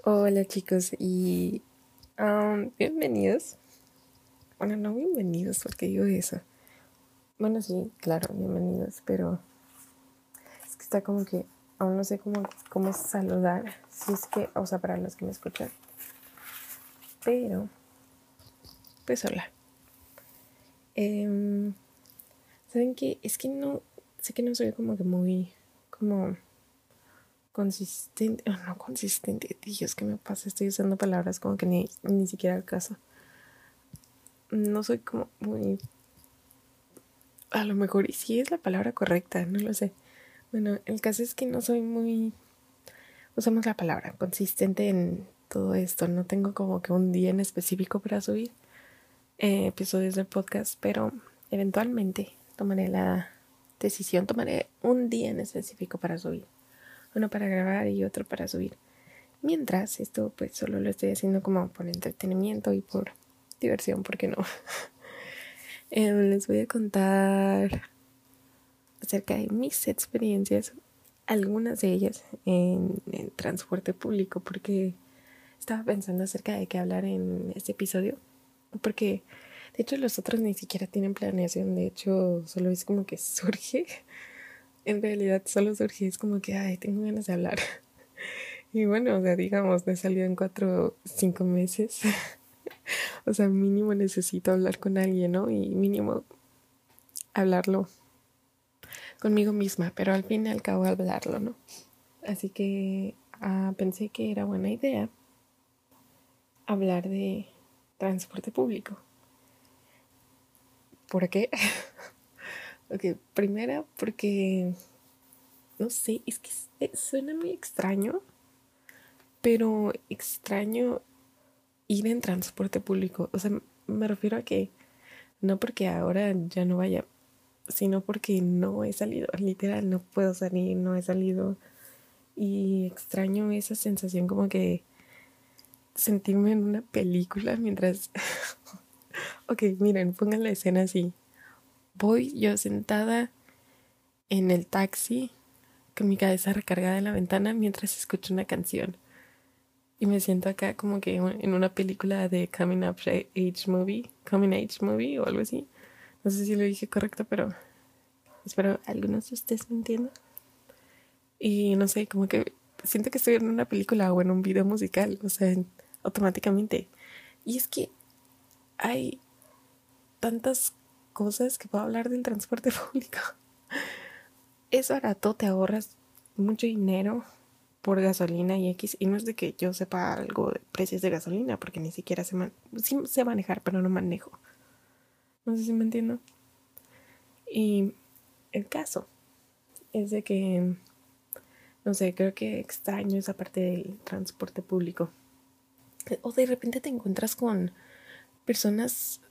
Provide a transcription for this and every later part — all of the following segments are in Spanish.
Hola chicos y bienvenidos. Bueno, no bienvenidos porque digo eso. Bueno, sí, claro, bienvenidos, pero es que está como que aún no sé cómo saludar. Si es que, o sea, para los que me escuchan. Pero, pues hola. Em, ¿Saben qué? Es que no, sé que no soy como que muy, como consistente. No consistente, Dios, ¿qué me pasa? Estoy usando palabras como que ni siquiera al caso. No soy como muy. A lo mejor y sí es la palabra correcta, no lo sé. Bueno, el caso es que no soy muy, usamos la palabra, consistente en todo esto. No tengo como que un día en específico para subir episodios del podcast, pero eventualmente tomaré la decisión, tomaré un día en específico para subir. Uno para grabar y otro para subir. Mientras, esto pues solo lo estoy haciendo como por entretenimiento y por diversión, ¿por qué no? Les voy a contar acerca de mis experiencias, algunas de ellas en transporte público, porque estaba pensando acerca de qué hablar en este episodio, porque de hecho los otros ni siquiera tienen planeación, de hecho solo es como que surge, en realidad solo surge, es como que, ay, tengo ganas de hablar. Y bueno, o sea, digamos, me he salido en 4 o 5 meses, o sea, mínimo necesito hablar con alguien, ¿no? Y mínimo hablarlo conmigo misma, pero al fin y al cabo hablarlo, ¿no? Así que pensé que era buena idea hablar de transporte público. ¿Por qué? Ok, primera porque, no sé, es que suena muy extraño, pero extraño ir en transporte público. O sea, me refiero a que no porque ahora ya no vaya, sino porque no he salido, literal, no puedo salir, no he salido. Y extraño esa sensación como que sentirme en una película mientras. Ok, miren, pongan la escena así. Voy yo sentada en el taxi con mi cabeza recargada en la ventana mientras escucho una canción. Y me siento acá como que en una película de Coming Age Movie o algo así. No sé si lo dije correcto, pero espero algunos de ustedes me entiendan. Y no sé, como que siento que estoy en una película o en un video musical, o sea, automáticamente. Y es que hay tantas cosas que puedo hablar del transporte público. Es barato, te ahorras mucho dinero por gasolina y X. Y no es de que yo sepa algo de precios de gasolina, porque ni siquiera sí sé manejar, pero no manejo. No sé si me entiendo. Y el caso es de que, no sé, creo que extraño esa parte del transporte público. O de repente te encuentras con personas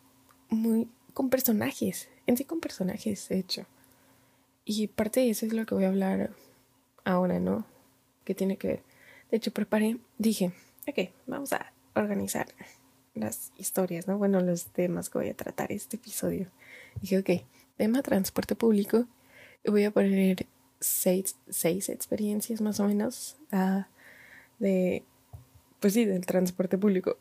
con personajes, en sí con personajes, de hecho. Y parte de eso es lo que voy a hablar ahora, ¿no? Que tiene que ver. De hecho, dije, ok, vamos a organizar las historias, ¿no? Bueno, los temas que voy a tratar este episodio. Dije, ok, tema transporte público. Y voy a poner seis experiencias más o menos de, pues sí, del transporte público.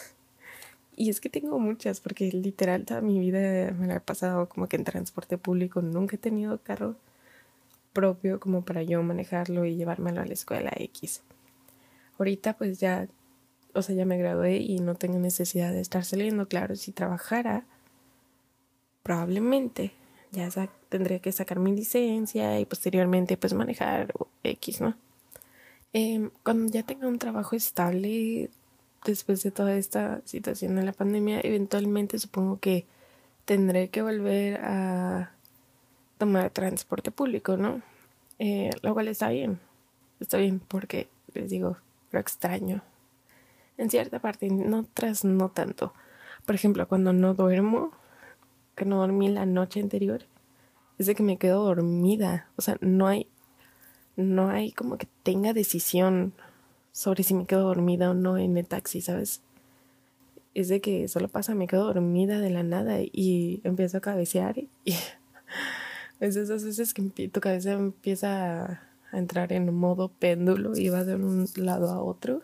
Y es que tengo muchas, porque literal toda mi vida me la he pasado como que en transporte público. Nunca he tenido carro propio como para yo manejarlo y llevármelo a la escuela X. Ahorita pues ya, o sea, ya me gradué y no tengo necesidad de estar saliendo. Claro, si trabajara, probablemente ya tendría que sacar mi licencia y posteriormente pues manejar X, ¿no? Cuando ya tenga un trabajo estable, después de toda esta situación de la pandemia, eventualmente supongo que tendré que volver a tomar transporte público, ¿no? Lo cual está bien porque les digo, lo extraño. En cierta parte, en otras no tanto. Por ejemplo, cuando no duermo, que no dormí la noche anterior, es de que me quedo dormida. O sea, no hay como que tenga decisión sobre si me quedo dormida o no en el taxi, ¿sabes? Es de que solo pasa, me quedo dormida de la nada y empiezo a cabecear y es esas veces que tu cabeza empieza a entrar en modo péndulo, iba de un lado a otro.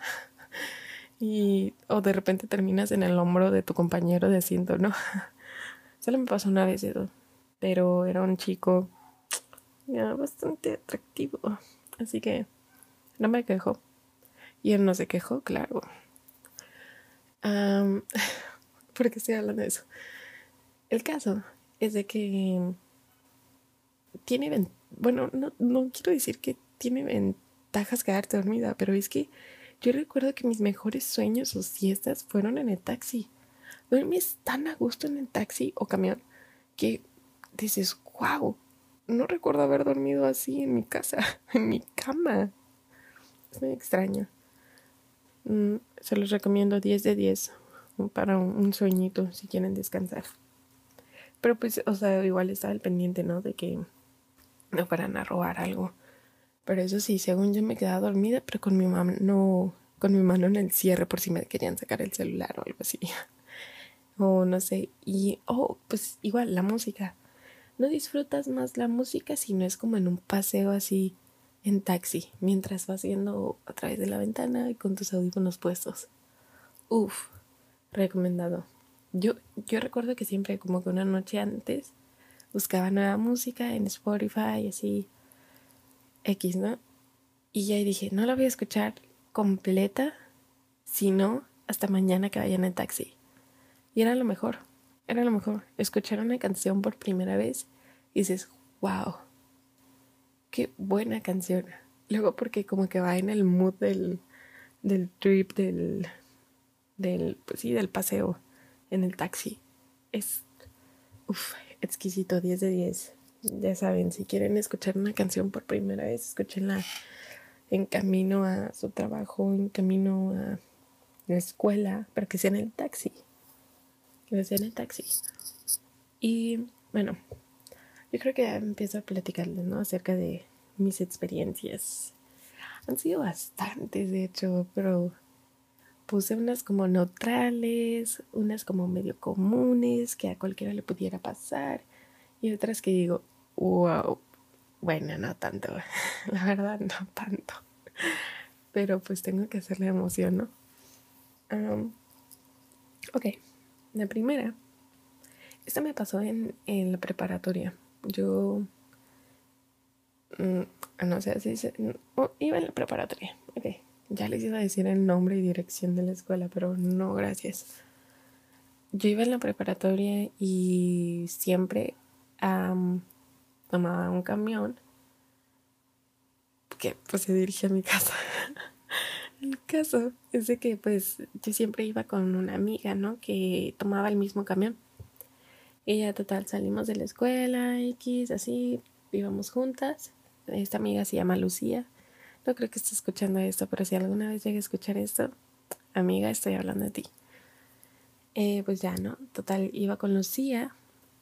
O de repente terminas en el hombro de tu compañero de asiento, ¿no? Solo me pasó una vez eso, pero era un chico ya bastante atractivo, así que no me quejó. Y él no se quejó, claro. ¿Por qué estoy hablando de eso? El caso es de que bueno, no quiero decir que tiene ventajas quedarte dormida, pero es que yo recuerdo que mis mejores sueños o siestas fueron en el taxi. Duermes tan a gusto en el taxi o camión que dices, wow, no recuerdo haber dormido así en mi casa, en mi cama. Es muy extraño. Se los recomiendo 10 de 10 para un sueñito si quieren descansar. Pero pues, o sea, igual estaba al pendiente, ¿no? De que no fueran a robar algo. Pero eso sí, según yo me quedaba dormida, pero con mi mano en el cierre por si me querían sacar el celular o algo así. O no sé. Y, pues igual, la música. No disfrutas más la música si no es como en un paseo así en taxi, mientras vas viendo a través de la ventana y con tus audífonos puestos. Uf, recomendado. Yo recuerdo que siempre como que una noche antes buscaba nueva música en Spotify, así X, ¿no? Y ya dije, no la voy a escuchar completa, sino hasta mañana que vaya en el taxi. Y era lo mejor. Escuchar una canción por primera vez y dices, wow, qué buena canción. Luego porque como que va en el mood del trip, pues sí, del paseo en el taxi. Es, exquisito, 10 de 10. Ya saben, si quieren escuchar una canción por primera vez, escúchenla en camino a su trabajo, en camino a la escuela, para que sea en el taxi. Que sea en el taxi. Y bueno, yo creo que ya empiezo a platicarles, ¿no? Acerca de mis experiencias. Han sido bastantes, de hecho, pero puse unas como neutrales, unas como medio comunes, que a cualquiera le pudiera pasar, y otras que digo, wow, bueno, no tanto, la verdad no tanto, pero pues tengo que hacerle emoción, ¿no? Ok, la primera, esta me pasó en la preparatoria. Yo, no sé si iba en la preparatoria, ok. Ya les iba a decir el nombre y dirección de la escuela, pero no, gracias. Yo iba en la preparatoria y siempre tomaba un camión que pues se dirigía a mi casa. El caso es de que pues yo siempre iba con una amiga, ¿no? Que tomaba el mismo camión. Y ya total salimos de la escuela, X, así, íbamos juntas. Esta amiga se llama Lucía. No creo que esté escuchando esto, pero si alguna vez llegue a escuchar esto, amiga, estoy hablando de ti. Pues ya, ¿no? Total, iba con Lucía.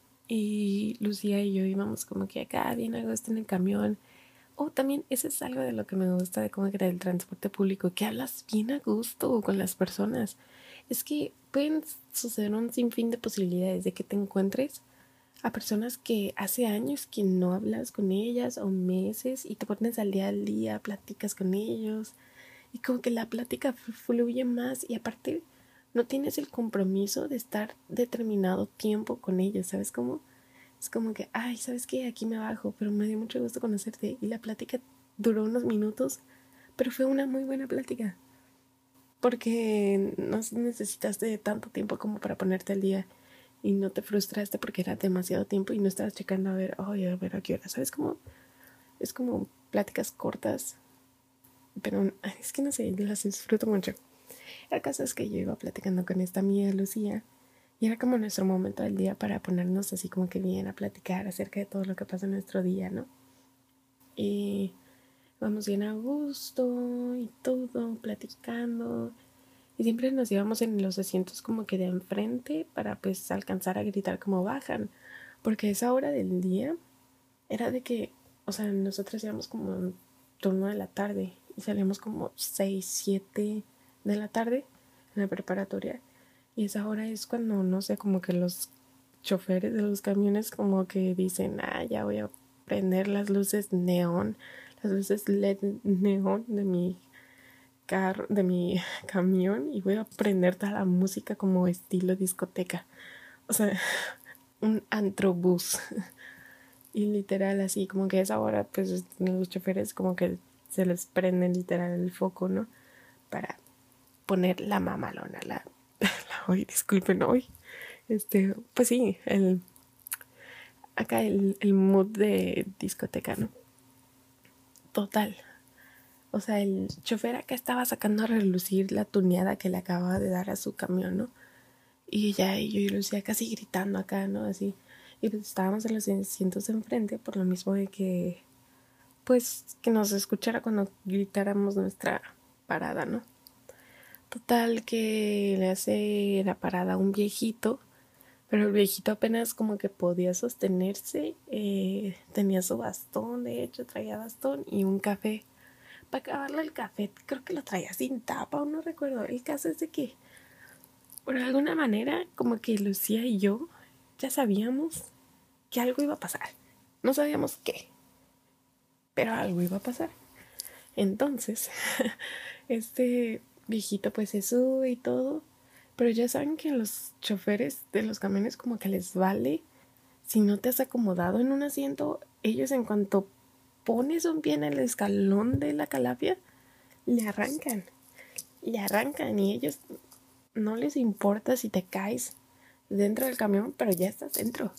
Y Lucía y yo íbamos como que acá bien a gusto en el camión. También eso es algo de lo que me gusta de cómo era el transporte público, que hablas bien a gusto con las personas. Es que pueden suceder un sinfín de posibilidades de que te encuentres a personas que hace años que no hablas con ellas o meses y te pones al día, platicas con ellos y como que la plática fluye más y aparte no tienes el compromiso de estar determinado tiempo con ellos, ¿sabes cómo? Es como que, ay, ¿sabes qué? Aquí me bajo, pero me dio mucho gusto conocerte. Y la plática duró unos minutos, pero fue una muy buena plática. Porque no necesitaste tanto tiempo como para ponerte al día. Y no te frustraste porque era demasiado tiempo y no estabas checando a ver, oye, a ver a qué hora. ¿Sabes cómo? Es como pláticas cortas. Pero es que no sé, las disfruto mucho. El caso es que yo iba platicando con esta amiga Lucía. Y era como nuestro momento del día para ponernos así como que bien a platicar acerca de todo lo que pasa en nuestro día, ¿no? Y vamos bien a gusto y todo, platicando. Y siempre nos íbamos en los asientos como que de enfrente para pues alcanzar a gritar como bajan. Porque esa hora del día era de que, o sea, nosotros íbamos como en turno de la tarde y salíamos como 6, 7 de la tarde en la preparatoria. Y esa hora es cuando, no sé, como que los choferes de los camiones como que dicen, ya voy a prender las luces neón, las luces LED neón de mi carro, de mi camión, y voy a prender toda la música como estilo discoteca. O sea, un antrobús. Y literal así, como que a esa hora pues los choferes como que se les prende literal el foco, ¿no? Para poner la mamalona, hoy, disculpen, hoy. Pues sí, acá el mood de discoteca, ¿no? Total. O sea, el chofer acá estaba sacando a relucir la tuneada que le acababa de dar a su camión, ¿no? Y ya, y yo Lucía casi gritando acá, ¿no? Así. Y pues estábamos en los asientos de enfrente por lo mismo de que, pues, que nos escuchara cuando gritáramos nuestra parada, ¿no? Total que le hace la parada a un viejito, pero el viejito apenas como que podía sostenerse, tenía su bastón, de hecho traía bastón y un café. Para acabarle el café, creo que lo traía sin tapa o no recuerdo. El caso es de que, por alguna manera, como que Lucía y yo ya sabíamos que algo iba a pasar. No sabíamos qué, pero algo iba a pasar. Entonces, este viejito pues se sube y todo, pero ya saben que los choferes de los camiones como que les vale si no te has acomodado en un asiento. Ellos en cuanto pones un pie en el escalón de la calafia, le arrancan y ellos no les importa si te caes dentro del camión, pero ya estás dentro,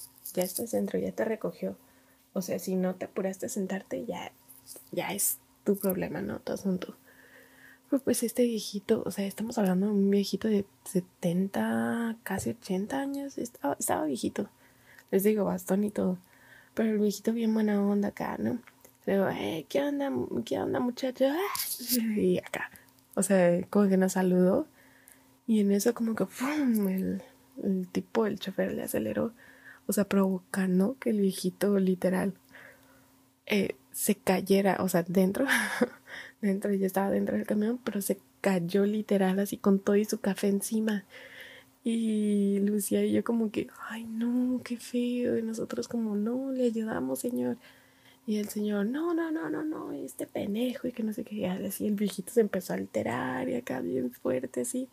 ya te recogió. O sea, si no te apuraste a sentarte, ya es tu problema, ¿no? Tu asunto. Pero pues este viejito, o sea, estamos hablando de un viejito de 70, casi 80 años, estaba viejito. Les digo, bastón y todo. Pero el viejito bien buena onda acá, ¿no? Le digo, qué onda muchacho? Y acá, o sea, como que nos saludó. Y en eso como que ¡fum! El tipo, el chofer le aceleró. O sea, provocando que el viejito literal se cayera, o sea, dentro, ya estaba dentro del camión, pero se cayó literal así con todo y su café encima. Y Lucía y yo como que, ay no, qué feo. Y nosotros como, no, le ayudamos, señor. Y el señor, no, este pendejo y que no sé qué. Y así el viejito se empezó a alterar y acá bien fuerte así.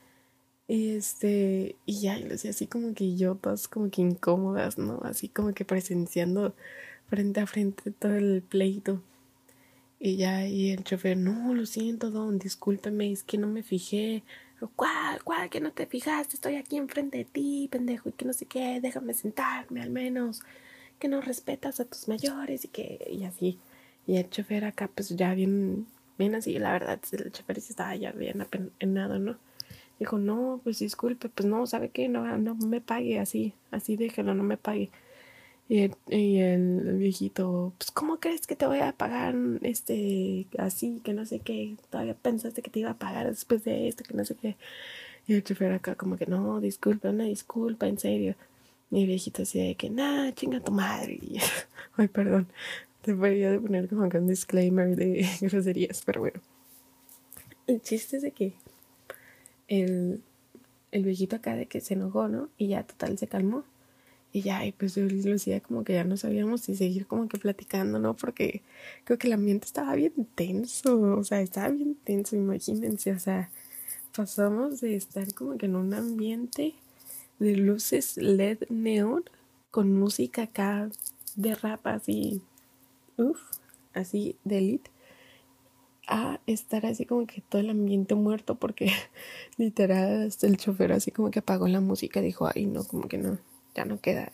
Y ya, y Lucía así como que yo, todas como que incómodas, ¿no? Así como que presenciando frente a frente todo el pleito. Y ya, y el chofer, no, lo siento, don, discúlpeme, es que no me fijé. ¿Cuál? Que no te fijaste, estoy aquí enfrente de ti, pendejo, y que no sé qué, déjame sentarme al menos, que no respetas a tus mayores y así. Y el chofer acá, pues ya bien así, la verdad, el chofer sí estaba ya bien apenado, ¿no? Dijo, no, pues disculpe, pues no, ¿sabe qué? No me pague así déjelo, no me pague. Y el viejito, pues, ¿cómo crees que te voy a pagar así, que no sé qué? Todavía pensaste que te iba a pagar después de esto, que no sé qué. Y el chofer acá como que, no, disculpa, una disculpa, en serio. Y el viejito así de que, nah, chinga tu madre. Y, ay, perdón, debería de poner como que un disclaimer de groserías, pero bueno. El chiste es de que el viejito acá de que se enojó, ¿no? Y ya total se calmó. Y ya, y pues yo y Lucía como que ya no sabíamos si seguir como que platicando, ¿no? Porque creo que el ambiente estaba bien tenso, o sea, estaba bien tenso, imagínense, o sea, pasamos de estar como que en un ambiente de luces LED neón con música acá de rap así, uff, así de elite, a estar así como que todo el ambiente muerto porque literal hasta el chofer así como que apagó la música y dijo, ay no, como que no, ya no queda.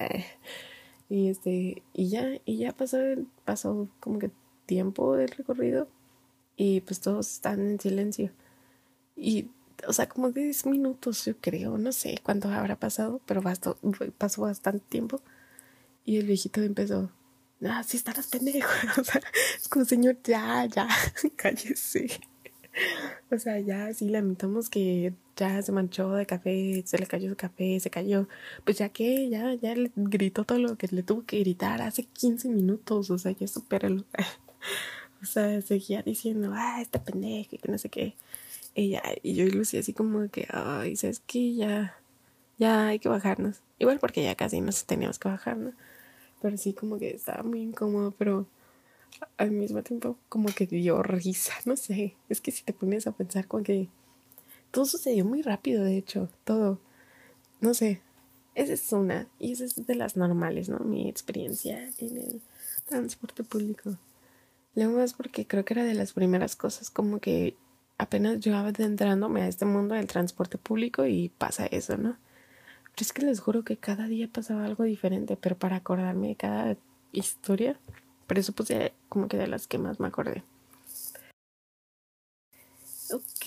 Y ya pasó como que tiempo del recorrido y pues todos están en silencio. Y, o sea, como 10 minutos yo creo, no sé cuánto habrá pasado, pero pasó bastante tiempo. Y el viejito empezó, ah, sí estarás pendejo. O sea, es como, señor, ya, cállese. O sea, ya sí lamentamos que ya se manchó de café, se le cayó su café, se cayó. Pues ya que, ya le gritó todo lo que le tuvo que gritar hace 15 minutos. O sea, ya supéralo. O sea, seguía diciendo, este pendejo, que no sé qué. Y yo y Lucy así como que, ay, ¿sabes qué? Ya hay que bajarnos. Igual porque ya casi nos teníamos que bajar, ¿no? Pero sí como que estaba muy incómodo, pero al mismo tiempo como que dio risa, no sé, es que si te pones a pensar como que todo sucedió muy rápido, de hecho, todo, no sé, esa es una, y esa es de las normales, ¿no? Mi experiencia en el transporte público. Luego más porque creo que era de las primeras cosas como que apenas yo adentrándome a este mundo del transporte público y pasa eso, ¿no? Pero es que les juro que cada día pasaba algo diferente, pero para acordarme de cada historia, por eso puse como que de las que más me acordé. Ok,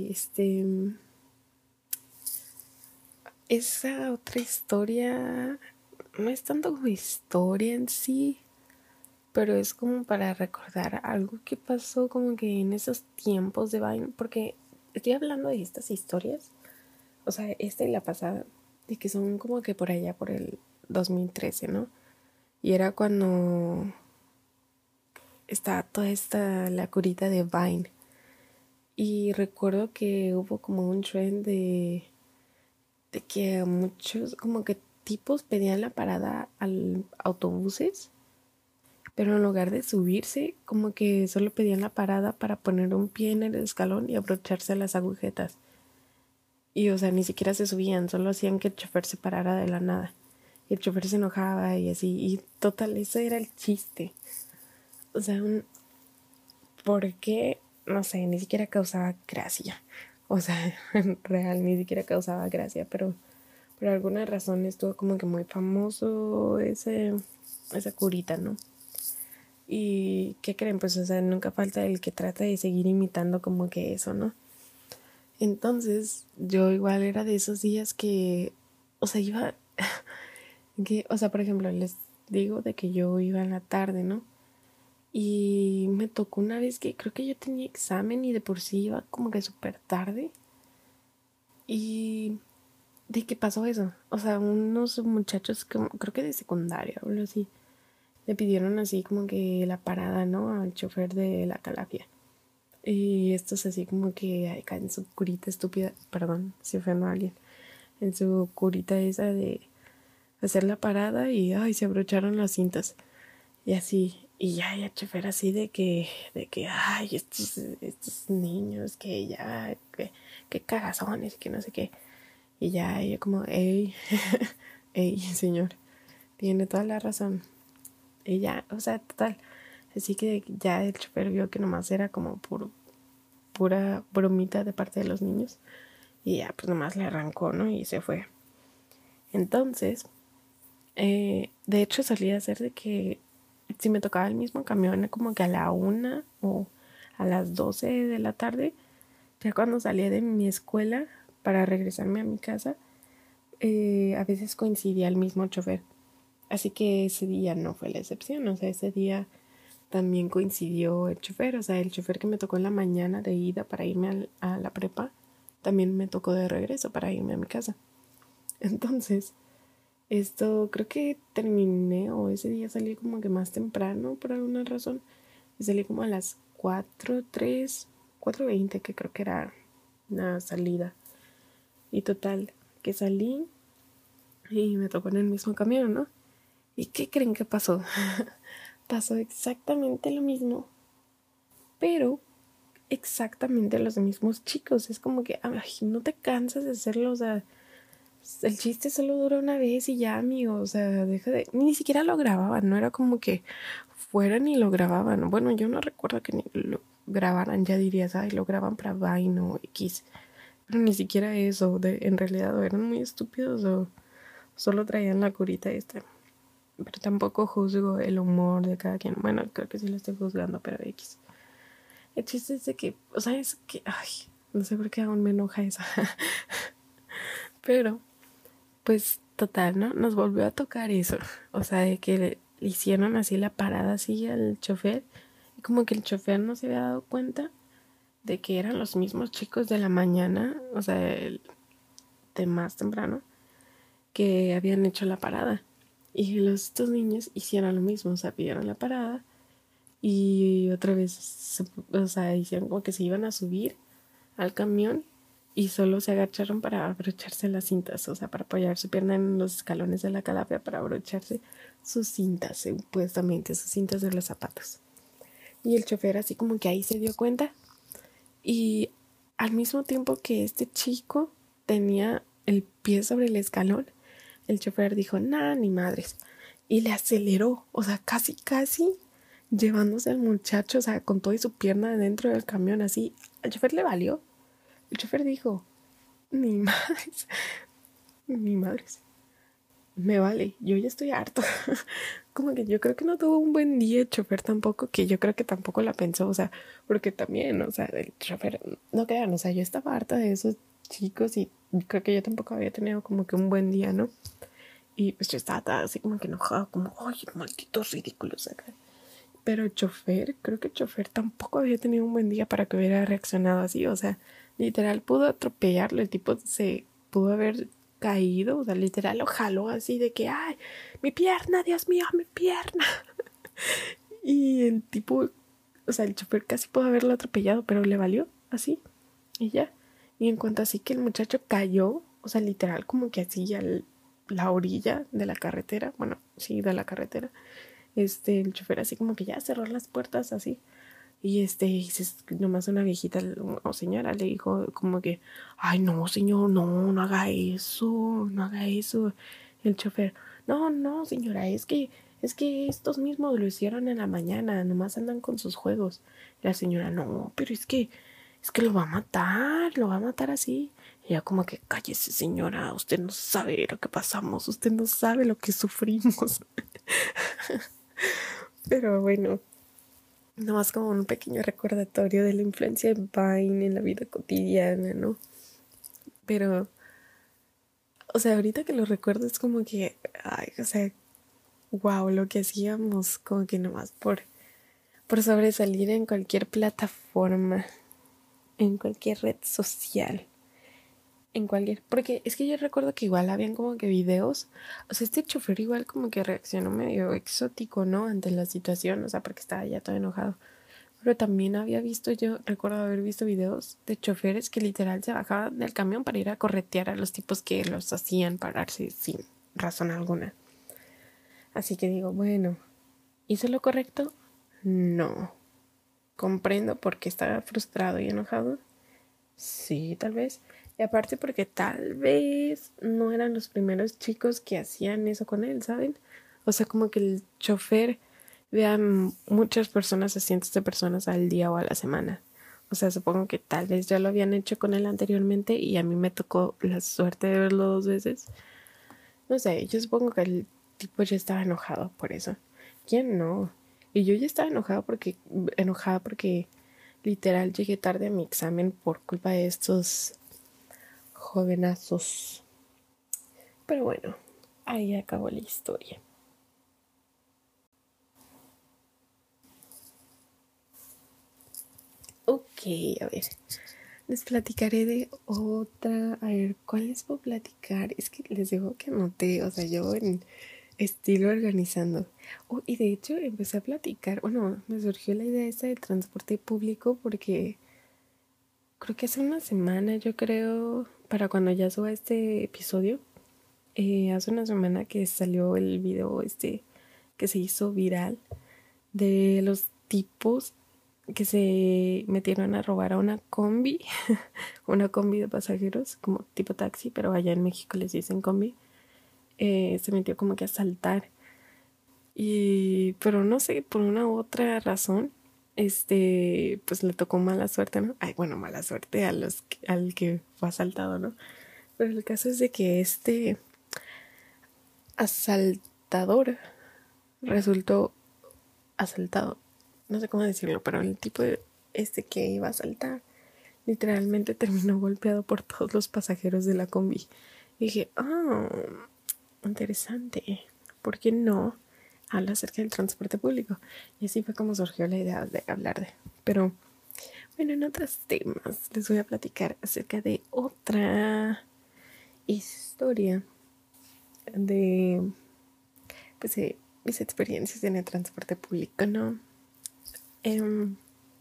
esa otra historia no es tanto como historia en sí, pero es como para recordar algo que pasó como que en esos tiempos de Vine, porque estoy hablando de estas historias, o sea, esta y la pasada, de que son como que por allá por el 2013, ¿no? Y era cuando estaba toda esta la curita de Vine. Y recuerdo que hubo como un trend de que muchos como que tipos pedían la parada al autobuses, pero en lugar de subirse, como que solo pedían la parada para poner un pie en el escalón y abrocharse las agujetas. Y o sea, ni siquiera se subían, solo hacían que el chofer se parara de la nada. Y el chofer se enojaba y así. Y total, eso era el chiste. O sea, ¿por qué? No sé, ni siquiera causaba gracia. O sea, en real, ni siquiera causaba gracia, pero por alguna razón estuvo como que muy famoso esa curita, ¿no? Y ¿qué creen? Pues, o sea, nunca falta el que trata de seguir imitando como que eso, ¿no? Entonces, yo igual era de esos días que, o sea, iba, que, o sea, por ejemplo, les digo de que yo iba en la tarde, ¿no? Y me tocó una vez que creo que yo tenía examen y de por sí iba como que súper tarde. Y de qué pasó eso. O sea, unos muchachos, creo que de secundaria o algo así, le pidieron así como que la parada, ¿no? Al chofer de la Calafia. Y estos así como que acá en su curita estúpida, perdón si ofendo a alguien, en su curita esa de hacer la parada y ay, se abrocharon las cintas. Y así, y ya el chofer así ay, estos niños, que ya, que cagazones, que no sé qué. Y ya ella como, hey, hey, señor, tiene toda la razón. Y ya, o sea, total. Así que ya el chofer vio que nomás era como pura bromita de parte de los niños. Y ya, pues nomás le arrancó, ¿no? Y se fue. Entonces, de hecho solía ser de que si me tocaba el mismo camión como que a la 1 o a las 12 de la tarde, ya cuando salía de mi escuela para regresarme a mi casa, a veces coincidía el mismo chofer. Así que ese día no fue la excepción, o sea, ese día también coincidió el chofer, o sea, el chofer que me tocó en la mañana de ida para irme a la prepa, también me tocó de regreso para irme a mi casa. Entonces, esto creo que terminé o ese día salí como que más temprano por alguna razón. Y salí como a las 4:03, 4:20 que creo que era una salida. Y total, que salí y me tocó en el mismo camión, ¿no? ¿Y qué creen que pasó? Pasó exactamente lo mismo, pero exactamente los mismos chicos. Es como que, ay, no te cansas de hacerlo, o sea, el chiste solo dura una vez y ya, amigo, o sea, deja de... Ni siquiera lo grababan, no era como que fueran y lo grababan. Bueno, yo no recuerdo que ni lo grabaran, ya dirías, ay, lo graban para Vine o X. Pero ni siquiera eso, en realidad o eran muy estúpidos o solo traían la curita esta. Pero tampoco juzgo el humor de cada quien. Bueno, creo que sí lo estoy juzgando, pero X. El chiste es de que, o sea, es que, ay, no sé por qué aún me enoja eso. Pero, pues, total, ¿no? Nos volvió a tocar eso. O sea, de que le hicieron así la parada así al chofer. Y como que el chofer no se había dado cuenta de que eran los mismos chicos de la mañana, o sea, de más temprano, que habían hecho la parada. Y estos niños hicieron lo mismo, o sea, pidieron la parada y otra vez, o sea, hicieron como que se iban a subir al camión y solo se agacharon para abrocharse las cintas, o sea, para apoyar su pierna en los escalones de la calafia para abrocharse sus cintas, supuestamente, sus cintas de los zapatos. Y el chofer así como que ahí se dio cuenta. Y al mismo tiempo que este chico tenía el pie sobre el escalón, el chofer dijo, nah, ni madres. Y le aceleró, o sea, casi, casi llevándose al muchacho, o sea, con toda su pierna dentro del camión, así. Al chofer le valió. El chofer dijo, ni madres, ni madres. Me vale, yo ya estoy harto. Como que yo creo que no tuvo un buen día el chofer tampoco, que yo creo que tampoco la pensó, o sea, porque también, o sea, el chofer, no crean, o sea, yo estaba harta de esos chicos y creo que yo tampoco había tenido como que un buen día, ¿no? Y pues yo estaba así como que enojada, como, ay, malditos ridículos acá. Pero el chofer, creo que el chofer tampoco había tenido un buen día para que hubiera reaccionado así, o sea, literal pudo atropellarlo, el tipo se pudo haber caído, o sea, literal lo jaló así de que, ay, mi pierna, Dios mío, mi pierna. Y el tipo, o sea, el chofer casi pudo haberlo atropellado, pero le valió así y ya. Y en cuanto así que el muchacho cayó, o sea, literal como que así a la orilla de la carretera, bueno, sí, de la carretera, el chofer así como que ya cerró las puertas así. Y nomás una viejita o señora le dijo como que, ay no señor, no, no haga eso, no haga eso. El chofer, no, no señora, es que estos mismos lo hicieron en la mañana, nomás andan con sus juegos. Y la señora, no, pero es que lo va a matar así. Y ella como que, cállese señora, usted no sabe lo que pasamos, usted no sabe lo que sufrimos. Pero bueno, nomás como un pequeño recordatorio de la influencia de Vine en la vida cotidiana, ¿no? Pero, o sea, ahorita que lo recuerdo es como que, ay, o sea, wow, lo que hacíamos como que nomás por sobresalir en cualquier plataforma, en cualquier red social, en cualquier... Porque es que yo recuerdo que igual habían como que videos, o sea, este chofer igual como que reaccionó medio exótico, ¿no? Ante la situación, o sea, porque estaba ya todo enojado. Pero también había visto, yo recuerdo haber visto videos de choferes que literal se bajaban del camión para ir a corretear a los tipos que los hacían pararse sin razón alguna. Así que digo, bueno, ¿hice lo correcto? No. ¿Comprendo por qué estaba frustrado y enojado? Sí, tal vez. Y aparte porque tal vez no eran los primeros chicos que hacían eso con él, ¿saben? O sea, como que el chofer vea muchas personas, a cientos de personas al día o a la semana. O sea, supongo que tal vez ya lo habían hecho con él anteriormente y a mí me tocó la suerte de verlo 2 veces. No sé, yo supongo que el tipo ya estaba enojado por eso. ¿Quién no? Y yo ya estaba enojada porque literal llegué tarde a mi examen por culpa de estos jovenazos. Pero bueno, ahí acabó la historia. Ok, a ver. Les platicaré de otra. A ver, ¿cuál les puedo platicar? Es que les digo que anoté, o sea, yo en estilo organizando. Oh, y de hecho empecé a platicar. Bueno, me surgió la idea esa del transporte público porque creo que hace una semana, yo creo, para cuando ya suba este episodio, hace una semana que salió el video que se hizo viral de los tipos que se metieron a robar a una combi, una combi de pasajeros, como tipo taxi, pero allá en México les dicen combi. Se metió como que a saltar. Pero no sé, por una u otra razón, pues le tocó mala suerte, ¿no? Ay, bueno, mala suerte al que fue asaltado, ¿no? Pero el caso es de que este asaltador resultó asaltado. No sé cómo decirlo, pero el tipo que iba a asaltar literalmente terminó golpeado por todos los pasajeros de la combi. Y dije, interesante. ¿Por qué no habla acerca del transporte público? Y así fue como surgió la idea de hablar de. Pero bueno, en otros temas les voy a platicar acerca de otra historia de pues mis experiencias en el transporte público, ¿no? Um,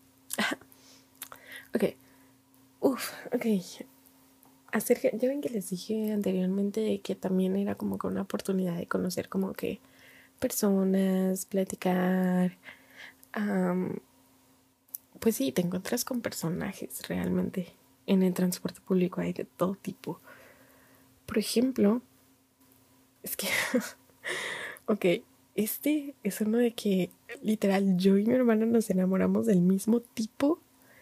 ok, ok. Ya ven que les dije anteriormente que también era como que una oportunidad de conocer como que personas, platicar, pues sí, te encuentras con personajes realmente. En el transporte público hay de todo tipo. Por ejemplo, es que, ok, este es uno de que literal yo y mi hermano nos enamoramos del mismo tipo,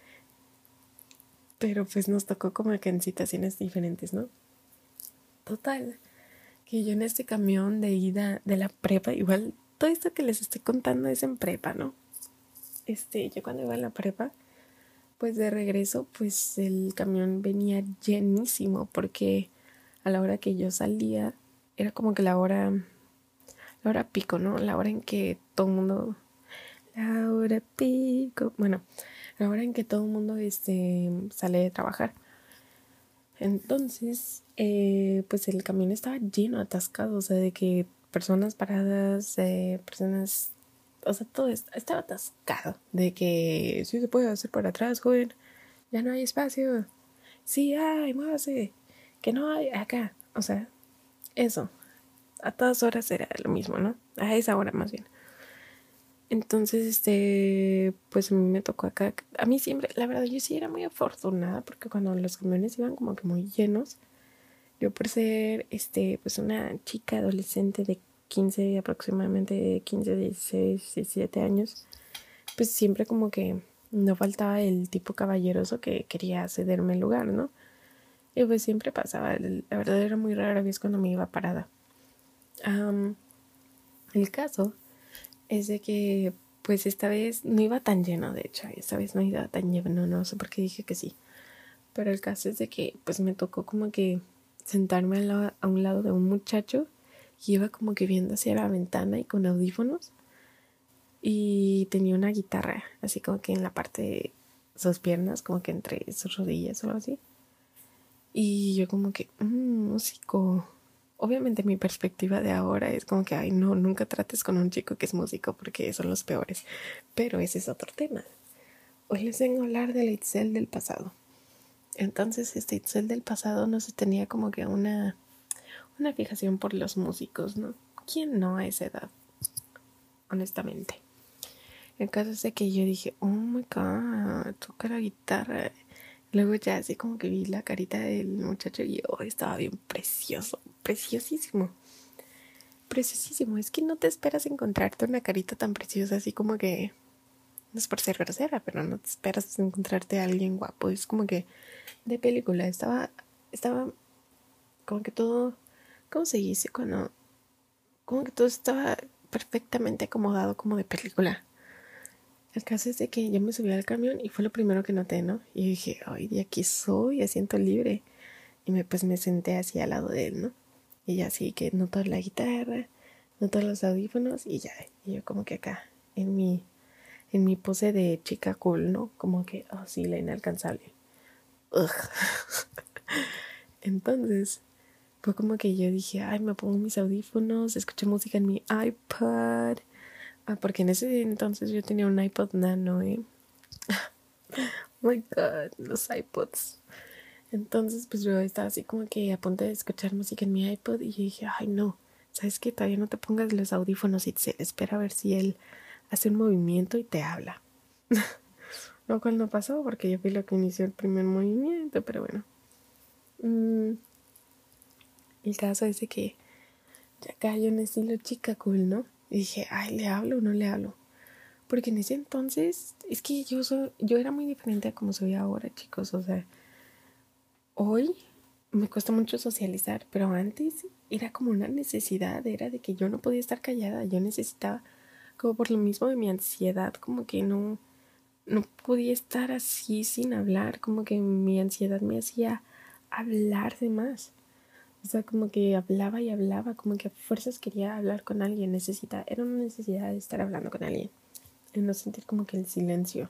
pero pues nos tocó como que en situaciones diferentes, ¿no? Total, que yo en este camión de ida de la prepa, igual todo esto que les estoy contando es en prepa, ¿no? Yo cuando iba en la prepa, pues de regreso, pues el camión venía llenísimo porque a la hora que yo salía era como que la hora pico, ¿no? La hora en que todo el mundo, la hora pico, bueno, la hora en que todo el mundo sale de trabajar. Entonces, pues el camión estaba lleno, atascado, o sea, de que personas paradas, personas, o sea, todo estaba atascado, de que sí se puede hacer para atrás, joven, ya no hay espacio, sí hay, muévase, que no hay acá, o sea, eso, a todas horas era lo mismo, ¿no? A esa hora más bien. Entonces, pues me tocó acá. A mí siempre, la verdad, yo sí era muy afortunada porque cuando los camiones iban como que muy llenos, yo por ser, pues una chica adolescente de 15 aproximadamente 15 16 17 años, pues siempre como que no faltaba el tipo caballeroso que quería cederme el lugar, ¿no? Y pues siempre pasaba, la verdad era muy rara vez cuando me iba parada. El caso es de que pues esta vez no iba tan lleno, de hecho, esta vez no iba tan lleno, no sé por qué dije que sí. Pero el caso es de que pues me tocó como que sentarme a un lado de un muchacho y iba como que viendo hacia la ventana y con audífonos y tenía una guitarra así como que en la parte de sus piernas, como que entre sus rodillas o algo así. Y yo como que, músico. Obviamente mi perspectiva de ahora es como que, ay, no, nunca trates con un chico que es músico porque son los peores. Pero ese es otro tema. Hoy les vengo a hablar del Itzel del pasado. Entonces, este Itzel del pasado no se tenía como que una fijación por los músicos, ¿no? ¿Quién no a esa edad? Honestamente. El caso es de que yo dije, oh my god, toca la guitarra. Luego ya así como que vi la carita del muchacho y oh, estaba bien precioso, preciosísimo, preciosísimo. Es que no te esperas encontrarte una carita tan preciosa así como que, no es por ser grosera, pero no te esperas encontrarte a alguien guapo. Es como que de película, estaba como que todo, ¿cómo se dice? Como que todo estaba perfectamente acomodado como de película. El caso es de que yo me subí al camión y fue lo primero que noté, ¿no? Y dije, ay, de aquí soy, asiento libre. Y pues me senté así al lado de él, ¿no? Y ya así que noto la guitarra, noto los audífonos y ya. Y yo como que acá, en mi pose de chica cool, ¿no? Como que, oh sí, la inalcanzable. Ugh. Entonces, fue como que yo dije, ay, me pongo mis audífonos, escuché música en mi iPad. Ah, porque en ese entonces yo tenía un iPod Nano, ¿eh? Oh my God, los iPods. Entonces, pues yo estaba así como que a punto de escuchar música en mi iPod y yo dije, ay no, ¿sabes qué? Todavía no te pongas los audífonos y se espera a ver si él hace un movimiento y te habla. Lo cual no pasó porque yo fui la que inició el primer movimiento, pero bueno. El caso es de que ya cayó en estilo chica cool, ¿no? Y dije, ay, ¿le hablo o no le hablo? Porque en ese entonces, es que yo era muy diferente a como soy ahora, chicos. O sea, hoy me cuesta mucho socializar, pero antes era como una necesidad, era de que yo no podía estar callada, yo necesitaba, como por lo mismo de mi ansiedad, como que no podía estar así sin hablar, como que mi ansiedad me hacía hablar de más. O sea, como que hablaba y hablaba, como que a fuerzas quería hablar con alguien, era una necesidad de estar hablando con alguien, y no sentir como que el silencio.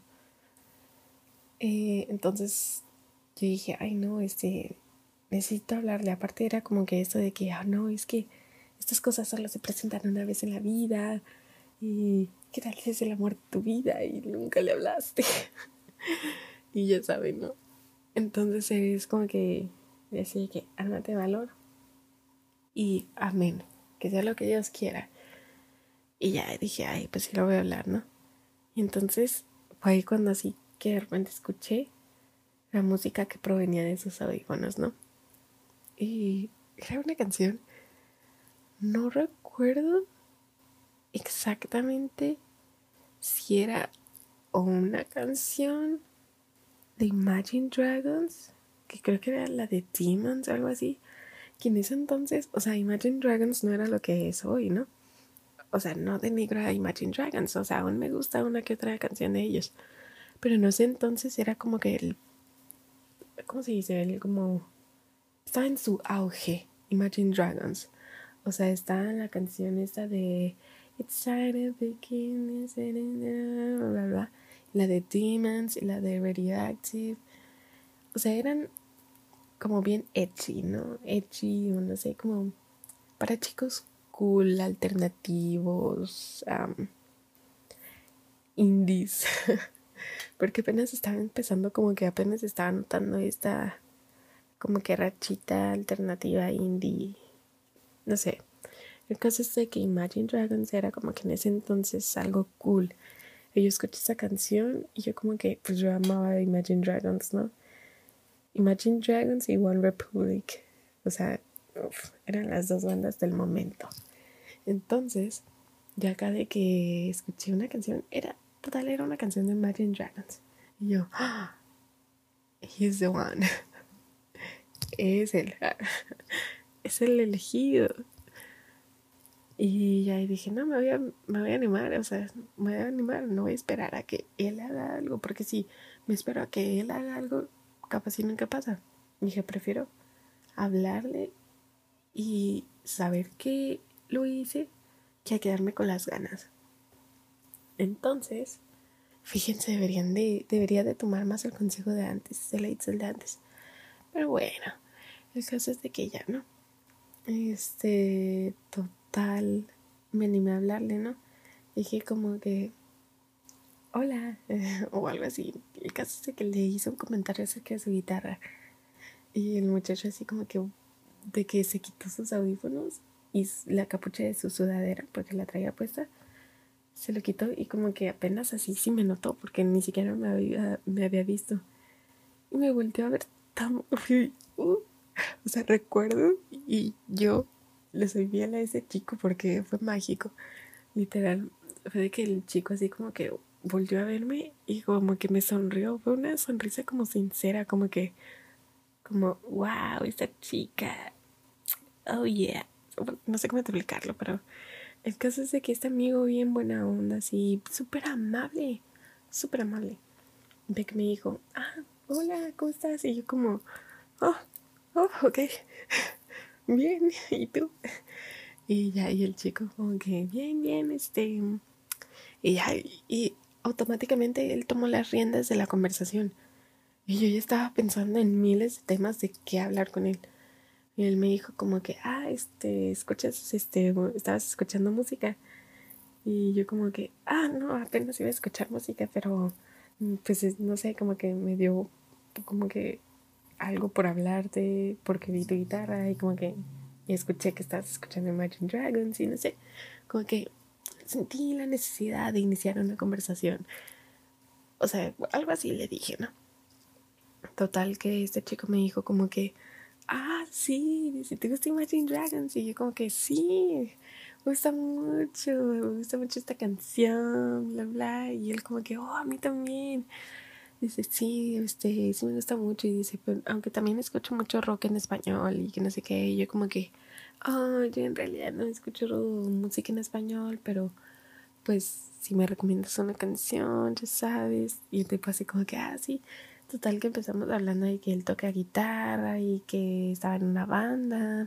Entonces yo dije, ay no, necesito hablarle. Aparte era como que esto de que, no, es que estas cosas solo se presentan una vez en la vida y qué tal si es el amor de tu vida y nunca le hablaste. Y ya saben, ¿no? Entonces es como que decía que ármate valor y amén, que sea lo que Dios quiera. Y ya dije, ay, pues sí lo voy a hablar, ¿no? Y entonces fue ahí cuando así que de repente escuché la música que provenía de sus audífonos, ¿no? Y era una canción, no recuerdo exactamente si era o una canción de Imagine Dragons, que creo que era la de Demons o algo así, que en ese entonces, o sea, Imagine Dragons no era lo que es hoy, ¿no? O sea, no denigro a Imagine Dragons, o sea, aún me gusta una que otra canción de ellos, pero en ese entonces era como que el, ¿cómo se dice? El como, estaba en su auge, Imagine Dragons. O sea, está la canción esta de It's time to begin, bla, bla, bla. La de Demons y la de Radioactive. O sea, eran como bien edgy, ¿no? Edgy, o no sé, como para chicos cool, alternativos, indies. Porque apenas estaba empezando, como que apenas estaba notando esta como que rachita alternativa indie. No sé. El caso es de que Imagine Dragons era como que en ese entonces algo cool. Y yo escuché esa canción y yo como que, pues yo amaba Imagine Dragons, ¿no? Imagine Dragons y One Republic. O sea, eran las dos bandas del momento. Entonces, ya acá de que escuché una canción, era una canción de Imagine Dragons. Y yo, oh, he's the one. es el, es el elegido. Y ahí dije, no, me voy a animar, o sea, me voy a animar, no voy a esperar a que él haga algo, porque si me espero a que él haga algo, capaz y nunca pasa. Y dije, prefiero hablarle y saber que lo hice que a quedarme con las ganas. Entonces, fíjense, debería de tomar más el consejo de antes, el Itzel de antes. Pero bueno, el caso es de que ya, ¿no? Total, me animé a hablarle, ¿no? Dije como que, hola, o algo así. El caso es de que le hizo un comentario acerca de su guitarra. Y el muchacho así como que, de que se quitó sus audífonos y la capucha de su sudadera, porque la traía puesta, se lo quitó y como que apenas así sí me notó, porque ni siquiera me había visto. Y me volteó a ver tan... o sea, recuerdo y yo le soy fiel a ese chico porque fue mágico. Literal, fue de que el chico así como que volvió a verme y como que me sonrió. Fue una sonrisa como sincera, como que, como, wow, esta chica, oh yeah. No sé cómo explicarlo, pero el caso es de que este amigo bien buena onda, así, súper amable, súper amable. De que me dijo, hola, ¿cómo estás? Y yo como, oh, ok, bien, ¿y tú? Y ya, y el chico como que, bien, bien, y ya, y automáticamente él tomó las riendas de la conversación. Y yo ya estaba pensando en miles de temas de qué hablar con él. Y él me dijo como que, escuchas, estabas escuchando música. Y yo como que, no, apenas iba a escuchar música, pero pues no sé, como que me dio como que algo por hablarte, porque vi tu guitarra y como que escuché que estabas escuchando Imagine Dragons y no sé, como que sentí la necesidad de iniciar una conversación. O sea, algo así le dije, ¿no? Total que este chico me dijo como que, sí, si te gusta Imagine Dragons. Y yo como que sí, me gusta mucho esta canción, bla, bla. Y él como que, a mí también. Dice, sí, sí me gusta mucho. Y dice, pero, aunque también escucho mucho rock en español y que no sé qué. Y yo como que, yo en realidad no escucho música en español, pero pues si me recomiendas una canción, ya sabes. Y el tipo así como que, sí. Total que empezamos hablando de que él toca guitarra y que estaba en una banda.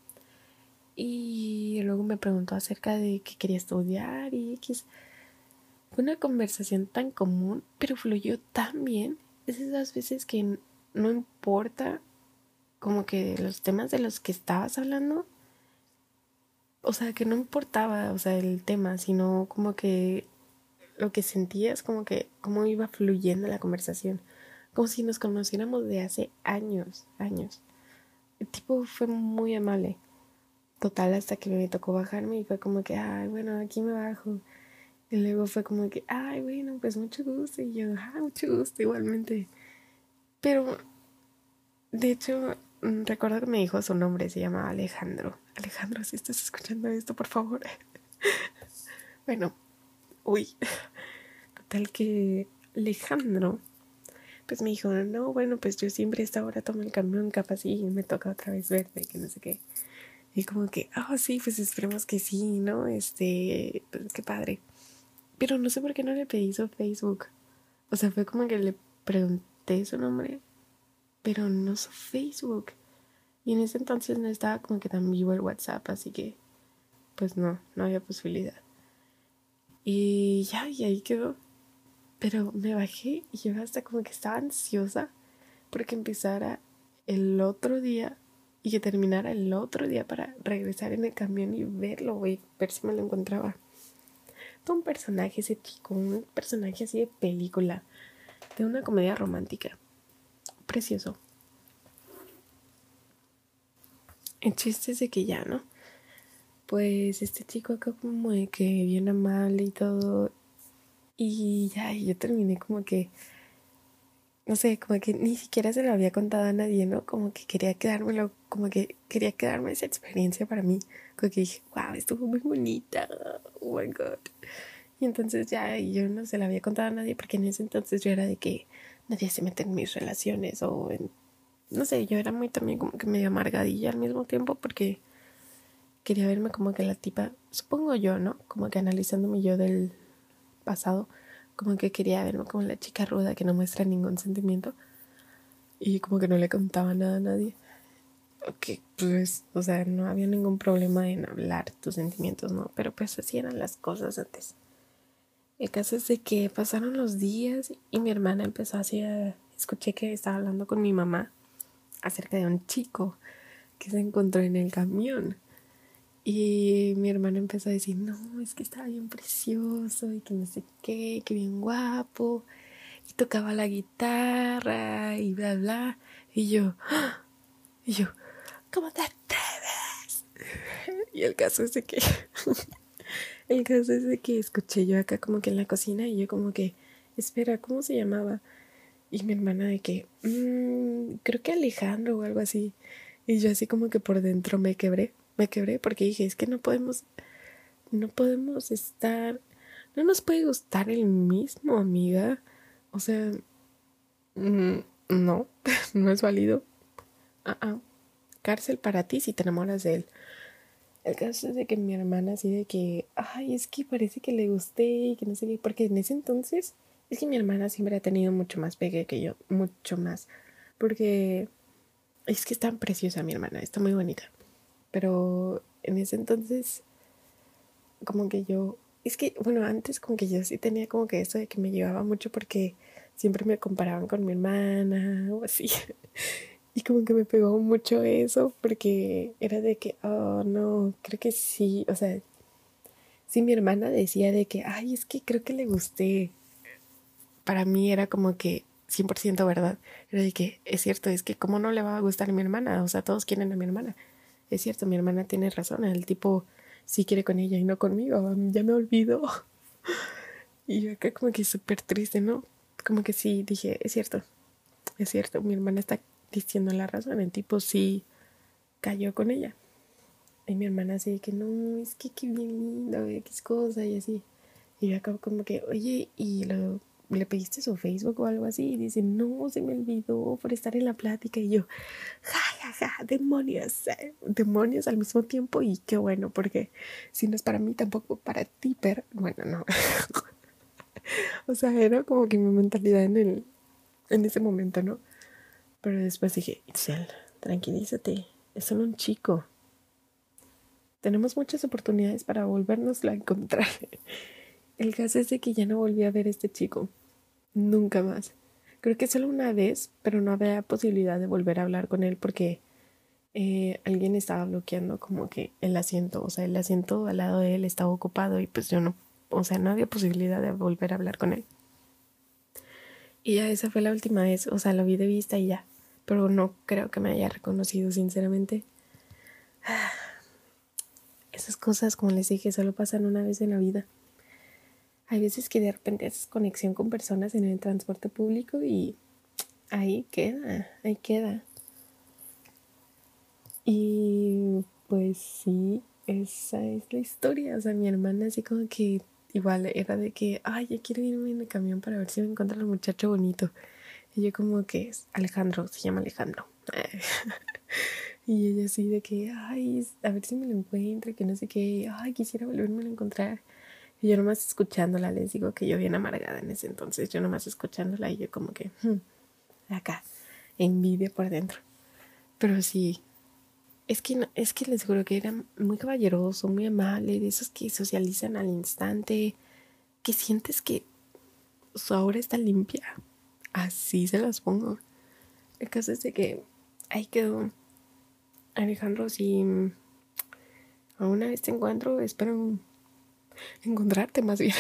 Y luego me preguntó acerca de que quería estudiar y X. Fue una conversación tan común, pero fluyó tan bien. Es esas veces que no importa como que los temas de los que estabas hablando. O sea, que no importaba, o sea, el tema, sino como que lo que sentías, como que cómo iba fluyendo la conversación. Como si nos conociéramos de hace años, años. El tipo fue muy amable. Total, hasta que me tocó bajarme y fue como que, bueno, aquí me bajo. Y luego fue como que, ay, bueno, pues mucho gusto. Y yo, mucho gusto igualmente. Pero, de hecho, recuerdo que me dijo su nombre, se llamaba Alejandro. Alejandro, si estás escuchando esto, por favor. Bueno, uy, total que Alejandro, pues me dijo, no, bueno, pues yo siempre a esta hora tomo el camión, capaz y me toca otra vez verte, que no sé qué. Y como que, sí, pues esperemos que sí, ¿no? Pues qué padre. Pero no sé por qué no le pedí su Facebook. O sea, fue como que le pregunté su nombre, pero no su Facebook. Y en ese entonces no estaba como que tan vivo el WhatsApp, así que pues no había posibilidad. Y ya, y ahí quedó. Pero me bajé y yo hasta como que estaba ansiosa porque empezara el otro día y que terminara el otro día para regresar en el camión y verlo, güey, ver si me lo encontraba. Todo un personaje ese chico, un personaje así de película, de una comedia romántica. Precioso. El chiste es de que ya, ¿no? Pues este chico acá como de que bien amable y todo. Y ya, y yo terminé como que, no sé, como que ni siquiera se lo había contado a nadie, ¿no? Como que quería quedármelo, como que quería quedarme esa experiencia para mí. Como que dije, wow, estuvo muy bonita. Oh my God. Y entonces ya, y yo no se lo había contado a nadie porque en ese entonces yo era de que nadie se mete en mis relaciones o en, no sé, yo era muy también como que medio amargadilla al mismo tiempo porque quería verme como que la tipa, supongo yo, ¿no? Como que analizándome yo del pasado, como que quería verme como la chica ruda que no muestra ningún sentimiento y como que no le contaba nada a nadie. Que pues, o sea, no había ningún problema en hablar tus sentimientos, ¿no? Pero pues así eran las cosas antes. El caso es de que pasaron los días y mi hermana empezó así a... Escuché que estaba hablando con mi mamá acerca de un chico que se encontró en el camión. Y mi hermana empezó a decir, no, es que estaba bien precioso y que no sé qué, que bien guapo. Y tocaba la guitarra y bla, bla. Y yo, y yo, ¿cómo te atreves? Y el caso es de que escuché yo acá como que en la cocina y yo como que, espera, ¿cómo se llamaba? Y mi hermana de que, creo que Alejandro o algo así. Y yo así como que por dentro me quebré porque dije, es que no podemos estar, no nos puede gustar el mismo, amiga. O sea, no, no es válido. Cárcel para ti si te enamoras de él. El caso es de que mi hermana así de que, ay, es que parece que le gusté y que no sé qué, porque en ese entonces es que mi hermana siempre ha tenido mucho más pegue que yo, mucho más, porque es que es tan preciosa mi hermana, está muy bonita, pero en ese entonces como que yo, es que, bueno, antes como que yo sí tenía como que eso de que me llevaba mucho porque siempre me comparaban con mi hermana o así. Y como que me pegó mucho eso porque era de que, no, creo que sí, o sea, sí mi hermana decía de que, ay, es que creo que le gusté. Para mí era como que 100% verdad. Era de que, es cierto, es que cómo no le va a gustar a mi hermana, o sea, todos quieren a mi hermana. Es cierto, mi hermana tiene razón, el tipo sí quiere con ella y no conmigo, ya me olvidó. Y yo acá como que súper triste, ¿no? Como que sí, dije, es cierto, mi hermana está diciendo la razón, el tipo sí cayó con ella. Y mi hermana así de que no, es que qué bien lindo, qué es cosa y así. Y yo acabo como que, oye, ¿le pediste su Facebook o algo así? Y dice, no, se me olvidó por estar en la plática. Y yo, ja, ja, ja, demonios, demonios al mismo tiempo. Y qué bueno, porque si no es para mí, tampoco para ti, pero bueno, no. O sea, era como que mi mentalidad en ese momento, ¿no? Pero después dije, Itzel, tranquilízate, es solo un chico. Tenemos muchas oportunidades para volvernos a encontrar. El caso es de que ya no volví a ver a este chico. Nunca más. Creo que solo una vez, pero no había posibilidad de volver a hablar con él porque alguien estaba bloqueando como que el asiento. O sea, el asiento al lado de él estaba ocupado y pues yo no, o sea, no había posibilidad de volver a hablar con él. Y ya esa fue la última vez. O sea, lo vi de vista y ya. Pero no creo que me haya reconocido, sinceramente. Esas cosas, como les dije, solo pasan una vez en la vida. hay veces que de repente haces conexión con personas en el transporte público y ahí queda. Y pues sí, esa es la historia. O sea, mi hermana así como que igual era de que, ay, ya quiero irme en el camión para ver si me encuentro al muchacho bonito. Y yo como que es Alejandro, se llama Alejandro. Y ella así de que, ay, a ver si me lo encuentro, que no sé qué, ay, quisiera volverme a encontrar. Y yo nomás escuchándola, les digo que yo bien amargada en ese entonces, yo nomás escuchándola y yo como que, acá, envidia por dentro. Pero sí, es que, es que les juro que era muy caballeroso, muy amable, de esos que socializan al instante, que sientes que su aura está limpia. Así se las pongo. El caso es de que ahí quedó Alejandro. Si alguna vez te encuentro, espero encontrarte más bien.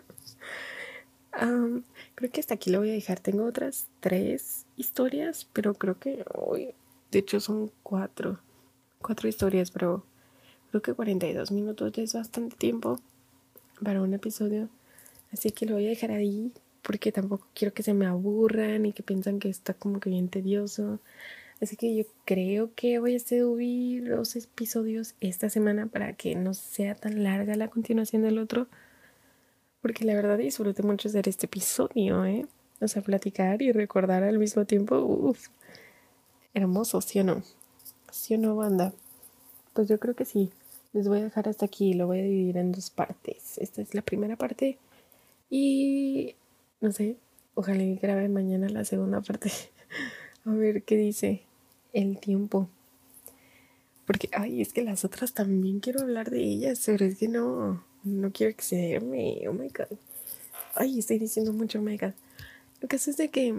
Creo que hasta aquí lo voy a dejar. Tengo otras 3 historias, pero creo que hoy, de hecho son 4 historias, pero creo que 42 minutos ya es bastante tiempo para un episodio. Así que lo voy a dejar ahí porque tampoco quiero que se me aburran y que piensan que está como que bien tedioso. Así que yo creo que voy a subir los episodios esta semana para que no sea tan larga la continuación del otro. Porque la verdad disfruté mucho hacer este episodio, ¿eh? O sea, platicar y recordar al mismo tiempo. Uf, hermoso, ¿sí o no? ¿Sí o no, banda? Pues yo creo que sí. Les voy a dejar hasta aquí. Lo voy a dividir en 2 partes. Esta es la primera parte. Y no sé, ojalá que grabe mañana la segunda parte. A ver qué dice el tiempo. Porque, ay, es que las otras también quiero hablar de ellas, pero es que no quiero excederme. Oh my god. Ay, estoy diciendo mucho, oh my god. Lo que hace es de que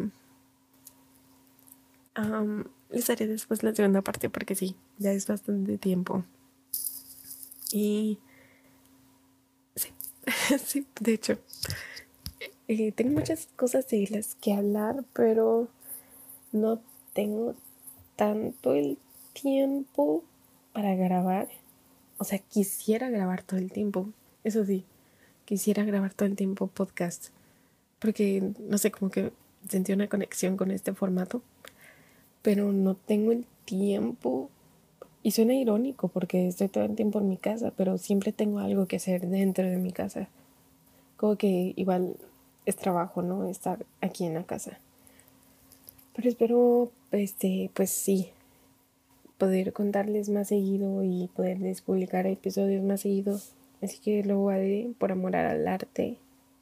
les haré después la segunda parte porque sí, ya es bastante tiempo. Y sí, sí, de hecho, tengo muchas cosas de las que hablar, pero no tengo tanto el tiempo para grabar. O sea, quisiera grabar todo el tiempo. Eso sí, quisiera grabar todo el tiempo podcast. Porque, no sé, como que sentí una conexión con este formato. Pero no tengo el tiempo. Y suena irónico porque estoy todo el tiempo en mi casa, pero siempre tengo algo que hacer dentro de mi casa. Como que igual es trabajo, ¿no? Estar aquí en la casa. Pero espero, pues sí, poder contarles más seguido y poderles publicar episodios más seguido. Así que lo haré por amor al arte.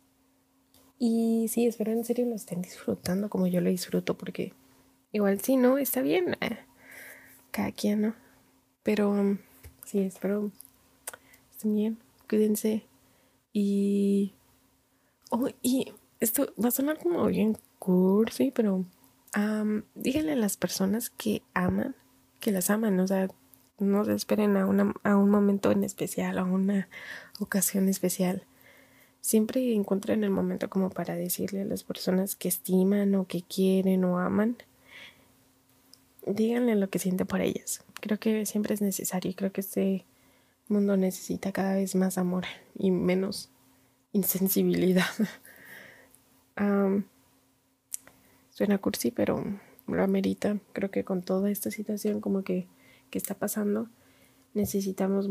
Y sí, espero en serio lo estén disfrutando como yo lo disfruto, porque igual sí, ¿no? Está bien. Cada quien, ¿no? Pero sí, espero estén bien. Cuídense. Y... Oh, y esto va a sonar como bien cursi, pero díganle a las personas que aman, que las aman, o sea, no se esperen a un momento en especial, a una ocasión especial. Siempre encuentran el momento como para decirle a las personas que estiman o que quieren o aman, díganle lo que sienten por ellas. Creo que siempre es necesario. Creo que este mundo necesita cada vez más amor y menos insensibilidad. Suena cursi, pero lo amerita. Creo que con toda esta situación como que está pasando, necesitamos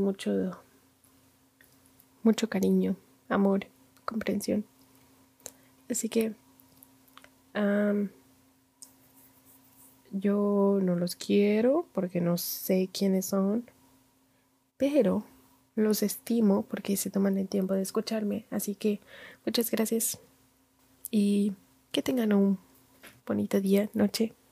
mucho cariño, amor, comprensión. Así que yo no los quiero porque no sé quiénes son, pero los estimo porque se toman el tiempo de escucharme. Así que muchas gracias y que tengan un bonito día, noche.